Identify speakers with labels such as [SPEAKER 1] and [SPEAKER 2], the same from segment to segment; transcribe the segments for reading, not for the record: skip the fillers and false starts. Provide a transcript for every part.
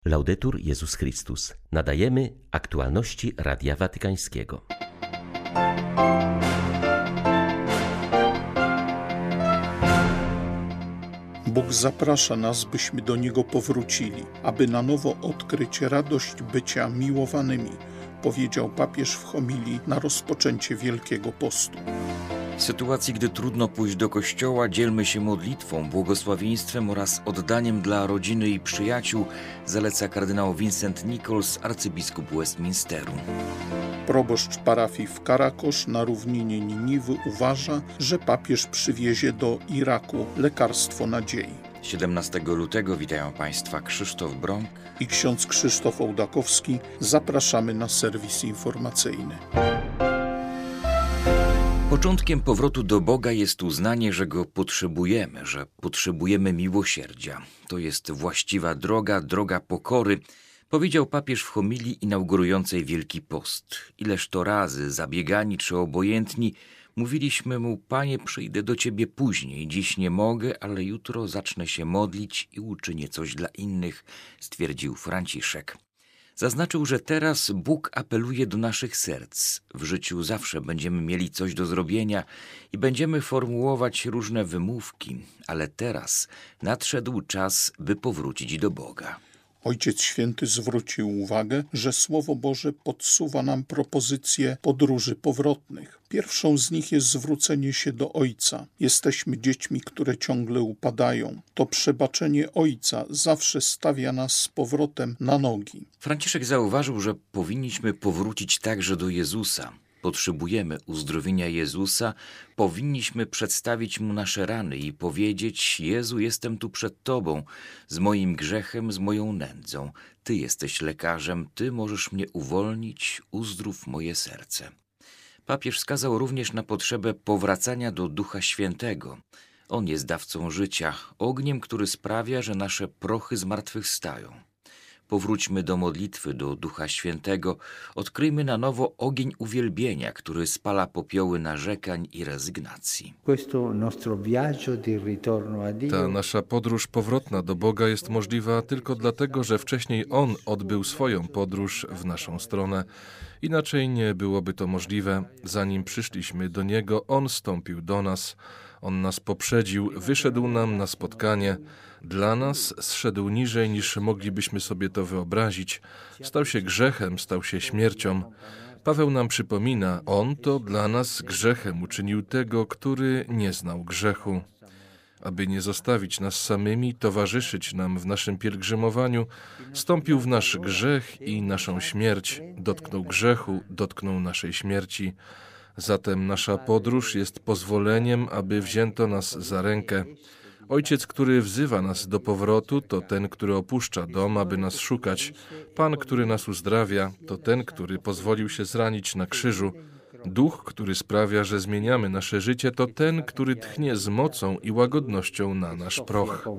[SPEAKER 1] Laudetur Jezus Chrystus. Nadajemy aktualności Radia Watykańskiego.
[SPEAKER 2] Bóg zaprasza nas, byśmy do Niego powrócili, aby na nowo odkryć radość bycia miłowanymi, powiedział papież w homilii na rozpoczęcie Wielkiego Postu.
[SPEAKER 3] W sytuacji, gdy trudno pójść do kościoła, dzielmy się modlitwą, błogosławieństwem oraz oddaniem dla rodziny i przyjaciół, zaleca kardynał Vincent Nichols, arcybiskup Westminsteru.
[SPEAKER 2] Proboszcz parafii w Karakosz na równinie Niniwy uważa, że papież przywiezie do Iraku lekarstwo nadziei.
[SPEAKER 3] 17 lutego witają Państwa Krzysztof Brąk
[SPEAKER 2] I ksiądz Krzysztof Ołdakowski. Zapraszamy na serwis informacyjny.
[SPEAKER 3] Początkiem powrotu do Boga jest uznanie, że Go potrzebujemy, że potrzebujemy miłosierdzia. To jest właściwa droga, droga pokory, powiedział papież w homilii inaugurującej Wielki Post. Ileż to razy, zabiegani czy obojętni, mówiliśmy Mu: Panie, przyjdę do Ciebie później, dziś nie mogę, ale jutro zacznę się modlić i uczynię coś dla innych, stwierdził Franciszek. Zaznaczył, że teraz Bóg apeluje do naszych serc. W życiu zawsze będziemy mieli coś do zrobienia i będziemy formułować różne wymówki, ale teraz nadszedł czas, by powrócić do Boga.
[SPEAKER 2] Ojciec Święty zwrócił uwagę, że Słowo Boże podsuwa nam propozycje podróży powrotnych. Pierwszą z nich jest zwrócenie się do Ojca. Jesteśmy dziećmi, które ciągle upadają. To przebaczenie Ojca zawsze stawia nas z powrotem na nogi.
[SPEAKER 3] Franciszek zauważył, że powinniśmy powrócić także do Jezusa. Potrzebujemy uzdrowienia Jezusa, powinniśmy przedstawić Mu nasze rany i powiedzieć: Jezu, jestem tu przed Tobą, z moim grzechem, z moją nędzą. Ty jesteś lekarzem, Ty możesz mnie uwolnić, uzdrów moje serce. Papież wskazał również na potrzebę powracania do Ducha Świętego. On jest dawcą życia, ogniem, który sprawia, że nasze prochy zmartwychwstają. Powróćmy do modlitwy, do Ducha Świętego, odkryjmy na nowo ogień uwielbienia, który spala popioły narzekań i rezygnacji.
[SPEAKER 4] Ta nasza podróż powrotna do Boga jest możliwa tylko dlatego, że wcześniej On odbył swoją podróż w naszą stronę. Inaczej nie byłoby to możliwe. Zanim przyszliśmy do Niego, On stąpił do nas. On nas poprzedził, wyszedł nam na spotkanie. Dla nas zszedł niżej, niż moglibyśmy sobie to wyobrazić. Stał się grzechem, stał się śmiercią. Paweł nam przypomina, On to dla nas grzechem uczynił tego, który nie znał grzechu. Aby nie zostawić nas samymi, towarzyszyć nam w naszym pielgrzymowaniu, stąpił w nasz grzech i naszą śmierć, dotknął grzechu, dotknął naszej śmierci. Zatem nasza podróż jest pozwoleniem, aby wzięto nas za rękę. Ojciec, który wzywa nas do powrotu, to ten, który opuszcza dom, aby nas szukać. Pan, który nas uzdrawia, to ten, który pozwolił się zranić na krzyżu. Duch, który sprawia, że zmieniamy nasze życie, to ten, który tchnie z mocą i łagodnością na nasz proch.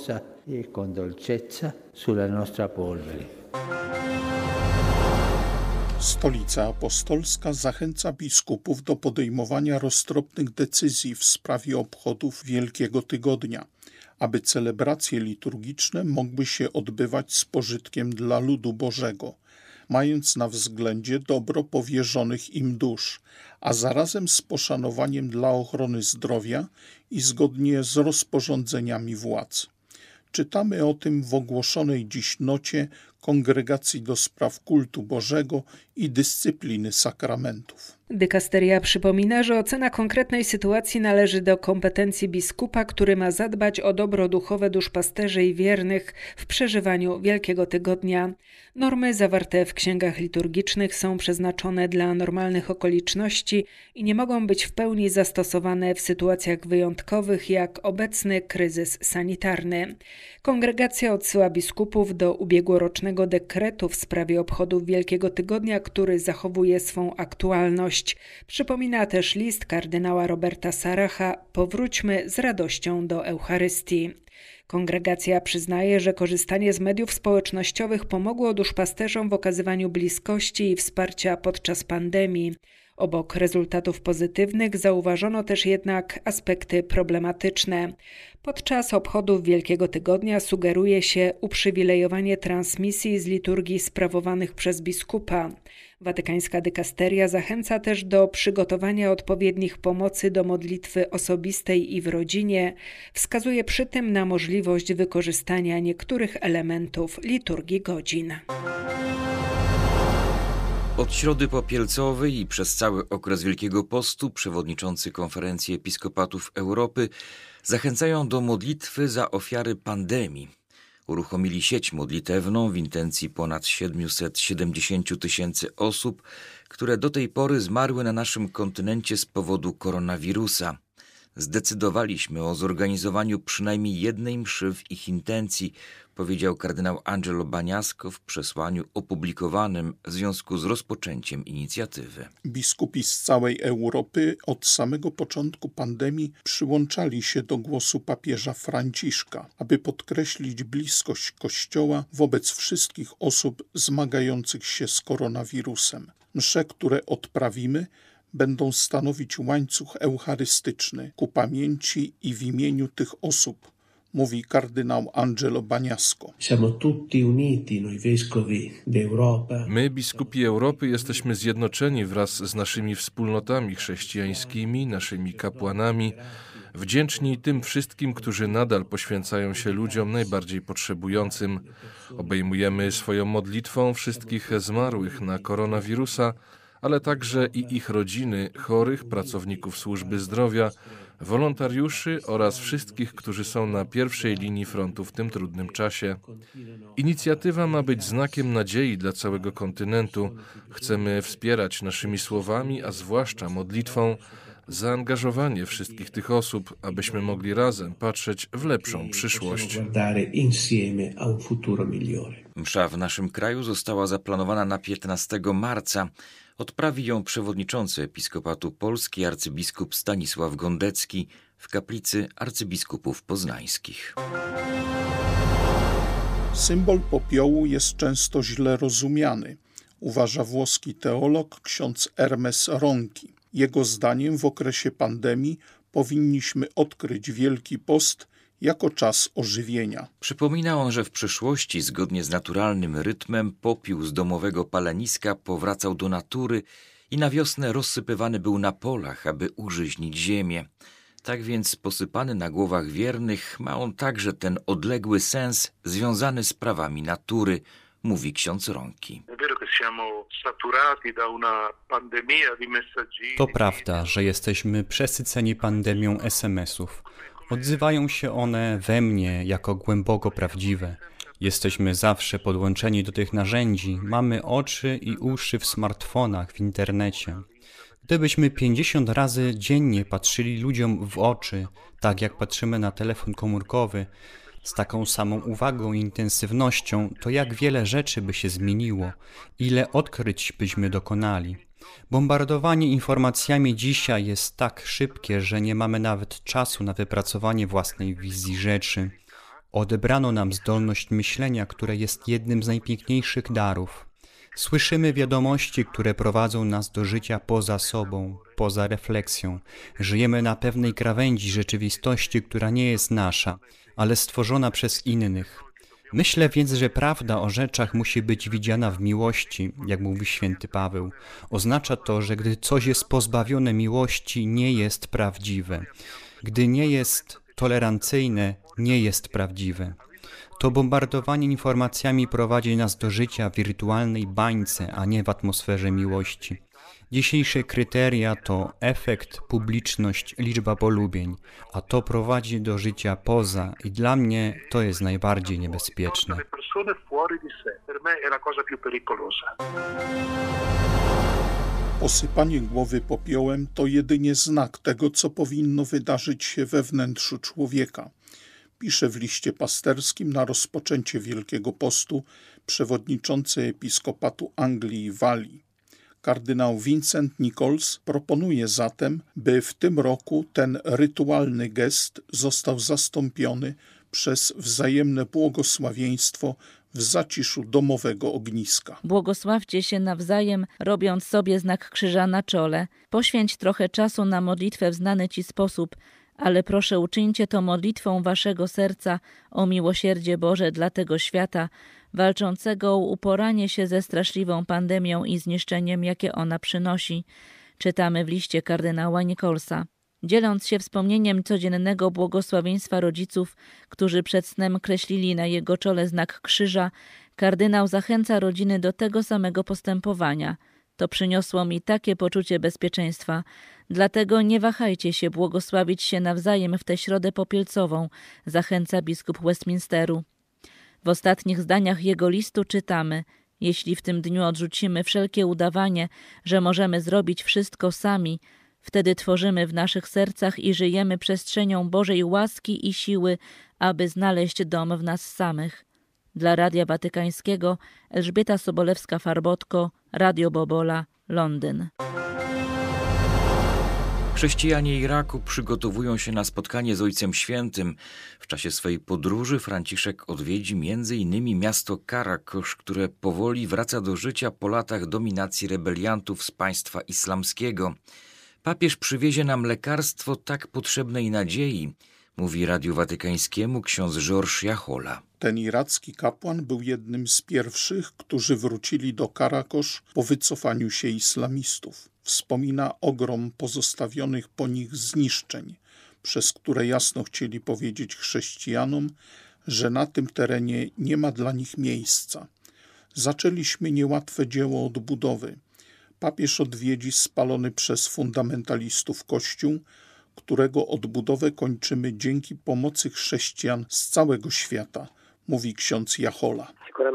[SPEAKER 2] Stolica Apostolska zachęca biskupów do podejmowania roztropnych decyzji w sprawie obchodów Wielkiego Tygodnia, aby celebracje liturgiczne mogły się odbywać z pożytkiem dla ludu Bożego, mając na względzie dobro powierzonych im dusz, a zarazem z poszanowaniem dla ochrony zdrowia i zgodnie z rozporządzeniami władz. Czytamy o tym w ogłoszonej dziś nocie Kongregacji do Spraw Kultu Bożego i Dyscypliny Sakramentów.
[SPEAKER 5] Dykasteria przypomina, że ocena konkretnej sytuacji należy do kompetencji biskupa, który ma zadbać o dobro duchowe duszpasterzy i wiernych w przeżywaniu Wielkiego Tygodnia. Normy zawarte w księgach liturgicznych są przeznaczone dla normalnych okoliczności i nie mogą być w pełni zastosowane w sytuacjach wyjątkowych, jak obecny kryzys sanitarny. Kongregacja odsyła biskupów do ubiegłorocznego dekretu w sprawie obchodów Wielkiego Tygodnia, który zachowuje swą aktualność. Przypomina też list kardynała Roberta Saracha: Powróćmy z radością do Eucharystii. Kongregacja przyznaje, że korzystanie z mediów społecznościowych pomogło duszpasterzom w okazywaniu bliskości i wsparcia podczas pandemii. Obok rezultatów pozytywnych zauważono też jednak aspekty problematyczne. Podczas obchodów Wielkiego Tygodnia sugeruje się uprzywilejowanie transmisji z liturgii sprawowanych przez biskupa. Watykańska dykasteria zachęca też do przygotowania odpowiednich pomocy do modlitwy osobistej i w rodzinie. Wskazuje przy tym na możliwość wykorzystania niektórych elementów liturgii godzin.
[SPEAKER 3] Od Środy Popielcowej i przez cały okres Wielkiego Postu przewodniczący Konferencji Episkopatów Europy zachęcają do modlitwy za ofiary pandemii. Uruchomili sieć modlitewną w intencji ponad 770 000 osób, które do tej pory zmarły na naszym kontynencie z powodu koronawirusa. Zdecydowaliśmy o zorganizowaniu przynajmniej jednej mszy w ich intencji, powiedział kardynał Angelo Bagnasco w przesłaniu opublikowanym w związku z rozpoczęciem inicjatywy.
[SPEAKER 2] Biskupi z całej Europy od samego początku pandemii przyłączali się do głosu papieża Franciszka, aby podkreślić bliskość Kościoła wobec wszystkich osób zmagających się z koronawirusem. Msze, które odprawimy, będą stanowić łańcuch eucharystyczny ku pamięci i w imieniu tych osób, mówi kardynał Angelo Bagnasco.
[SPEAKER 4] My, biskupi Europy, jesteśmy zjednoczeni wraz z naszymi wspólnotami chrześcijańskimi, naszymi kapłanami, wdzięczni tym wszystkim, którzy nadal poświęcają się ludziom najbardziej potrzebującym. Obejmujemy swoją modlitwą wszystkich zmarłych na koronawirusa, ale także i ich rodziny, chorych, pracowników służby zdrowia, wolontariuszy oraz wszystkich, którzy są na pierwszej linii frontu w tym trudnym czasie. Inicjatywa ma być znakiem nadziei dla całego kontynentu. Chcemy wspierać naszymi słowami, a zwłaszcza modlitwą, zaangażowanie wszystkich tych osób, abyśmy mogli razem patrzeć w lepszą przyszłość.
[SPEAKER 3] Msza w naszym kraju została zaplanowana na 15 marca. Odprawi ją przewodniczący Episkopatu Polski arcybiskup Stanisław Gondecki w kaplicy arcybiskupów poznańskich.
[SPEAKER 2] Symbol popiołu jest często źle rozumiany, uważa włoski teolog ksiądz Hermes Ronchi. Jego zdaniem w okresie pandemii powinniśmy odkryć Wielki Post jako czas ożywienia.
[SPEAKER 3] Przypomina on, że w przyszłości, zgodnie z naturalnym rytmem, popiół z domowego paleniska powracał do natury i na wiosnę rozsypywany był na polach, aby użyźnić ziemię. Tak więc posypany na głowach wiernych ma on także ten odległy sens związany z prawami natury, mówi ksiądz Ronchi.
[SPEAKER 6] To prawda, że jesteśmy przesyceni pandemią SMS-ów. Odzywają się one we mnie jako głęboko prawdziwe. Jesteśmy zawsze podłączeni do tych narzędzi, mamy oczy i uszy w smartfonach, w internecie. Gdybyśmy 50 razy dziennie patrzyli ludziom w oczy, tak jak patrzymy na telefon komórkowy, z taką samą uwagą i intensywnością, to jak wiele rzeczy by się zmieniło, ile odkryć byśmy dokonali. Bombardowanie informacjami dzisiaj jest tak szybkie, że nie mamy nawet czasu na wypracowanie własnej wizji rzeczy. Odebrano nam zdolność myślenia, które jest jednym z najpiękniejszych darów. Słyszymy wiadomości, które prowadzą nas do życia poza sobą, poza refleksją. Żyjemy na pewnej krawędzi rzeczywistości, która nie jest nasza, ale stworzona przez innych. Myślę więc, że prawda o rzeczach musi być widziana w miłości, jak mówi święty Paweł. Oznacza to, że gdy coś jest pozbawione miłości, nie jest prawdziwe. Gdy nie jest tolerancyjne, nie jest prawdziwe. To bombardowanie informacjami prowadzi nas do życia w wirtualnej bańce, a nie w atmosferze miłości. Dzisiejsze kryteria to efekt, publiczność, liczba polubień, a to prowadzi do życia poza i dla mnie to jest najbardziej niebezpieczne.
[SPEAKER 2] Posypanie głowy popiołem to jedynie znak tego, co powinno wydarzyć się we wnętrzu człowieka. Pisze w liście pasterskim na rozpoczęcie Wielkiego Postu przewodniczący Episkopatu Anglii i Walii. Kardynał Vincent Nichols proponuje zatem, by w tym roku ten rytualny gest został zastąpiony przez wzajemne błogosławieństwo w zaciszu domowego ogniska.
[SPEAKER 7] Błogosławcie się nawzajem, robiąc sobie znak krzyża na czole. Poświęć trochę czasu na modlitwę w znany Ci sposób, ale proszę uczyńcie to modlitwą waszego serca o miłosierdzie Boże dla tego świata, walczącego o uporanie się ze straszliwą pandemią i zniszczeniem, jakie ona przynosi. Czytamy w liście kardynała Nicholsa. Dzieląc się wspomnieniem codziennego błogosławieństwa rodziców, którzy przed snem kreślili na jego czole znak krzyża, kardynał zachęca rodziny do tego samego postępowania. To przyniosło mi takie poczucie bezpieczeństwa. Dlatego nie wahajcie się błogosławić się nawzajem w tę środę popielcową, zachęca biskup Westminsteru. W ostatnich zdaniach jego listu czytamy: jeśli w tym dniu odrzucimy wszelkie udawanie, że możemy zrobić wszystko sami, wtedy tworzymy w naszych sercach i żyjemy przestrzenią Bożej łaski i siły, aby znaleźć dom w nas samych. Dla Radia Watykańskiego Elżbieta Sobolewska-Farbotko, Radio Bobola, Londyn.
[SPEAKER 3] Chrześcijanie Iraku przygotowują się na spotkanie z Ojcem Świętym. W czasie swej podróży Franciszek odwiedzi m.in. miasto Karakosz, które powoli wraca do życia po latach dominacji rebeliantów z państwa islamskiego. Papież przywiezie nam lekarstwo tak potrzebnej nadziei, mówi Radiu Watykańskiemu ksiądz Georges Jachola.
[SPEAKER 2] Ten iracki kapłan był jednym z pierwszych, którzy wrócili do Karakosz po wycofaniu się islamistów. Wspomina ogrom pozostawionych po nich zniszczeń, przez które jasno chcieli powiedzieć chrześcijanom, że na tym terenie nie ma dla nich miejsca. Zaczęliśmy niełatwe dzieło odbudowy. Papież odwiedzi spalony przez fundamentalistów Kościół, którego odbudowę kończymy dzięki pomocy chrześcijan z całego świata, mówi ksiądz Jachola.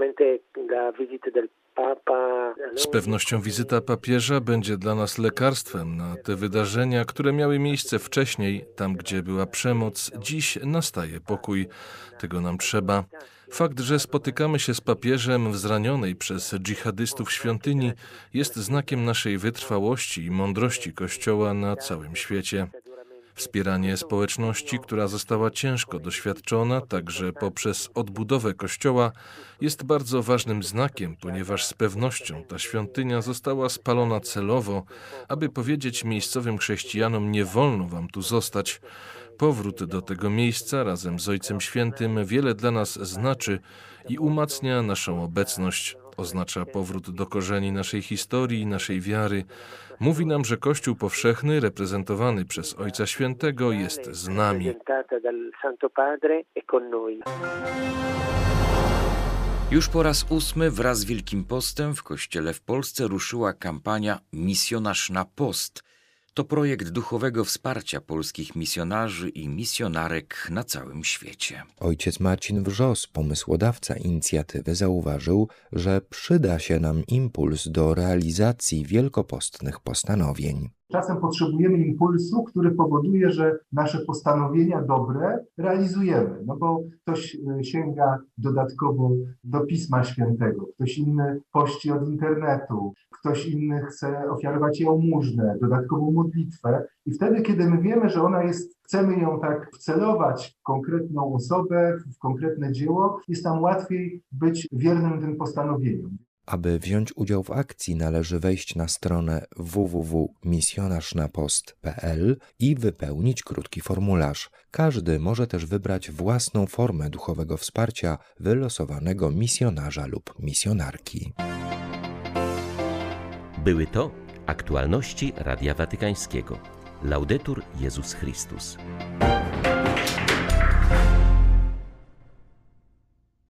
[SPEAKER 4] Z pewnością wizyta papieża będzie dla nas lekarstwem na te wydarzenia, które miały miejsce wcześniej. Tam, gdzie była przemoc, dziś nastaje pokój. Tego nam trzeba. Fakt, że spotykamy się z papieżem w zranionej przez dżihadystów świątyni, jest znakiem naszej wytrwałości i mądrości Kościoła na całym świecie. Wspieranie społeczności, która została ciężko doświadczona, także poprzez odbudowę Kościoła, jest bardzo ważnym znakiem, ponieważ z pewnością ta świątynia została spalona celowo, aby powiedzieć miejscowym chrześcijanom: nie wolno wam tu zostać. Powrót do tego miejsca razem z Ojcem Świętym wiele dla nas znaczy i umacnia naszą obecność. Oznacza powrót do korzeni naszej historii, naszej wiary. Mówi nam, że Kościół powszechny, reprezentowany przez Ojca Świętego, jest z nami.
[SPEAKER 3] Już po raz 8 wraz z Wielkim Postem w Kościele w Polsce ruszyła kampania Misjonarz na Post. To projekt duchowego wsparcia polskich misjonarzy i misjonarek na całym świecie.
[SPEAKER 8] Ojciec Marcin Wrzos, pomysłodawca inicjatywy, zauważył, że przyda się nam impuls do realizacji wielkopostnych postanowień.
[SPEAKER 9] Czasem potrzebujemy impulsu, który powoduje, że nasze postanowienia dobre realizujemy. No bo ktoś sięga dodatkowo do Pisma Świętego, ktoś inny pości od internetu, ktoś inny chce ofiarować jałmużnę, dodatkową modlitwę. I wtedy, kiedy my wiemy, że ona jest, chcemy ją tak wcelować w konkretną osobę, w konkretne dzieło, jest nam łatwiej być wiernym tym postanowieniom.
[SPEAKER 8] Aby wziąć udział w akcji, należy wejść na stronę www.misjonarznapost.pl i wypełnić krótki formularz. Każdy może też wybrać własną formę duchowego wsparcia wylosowanego misjonarza lub misjonarki.
[SPEAKER 1] Były to aktualności Radia Watykańskiego. Laudetur Jezus Chrystus.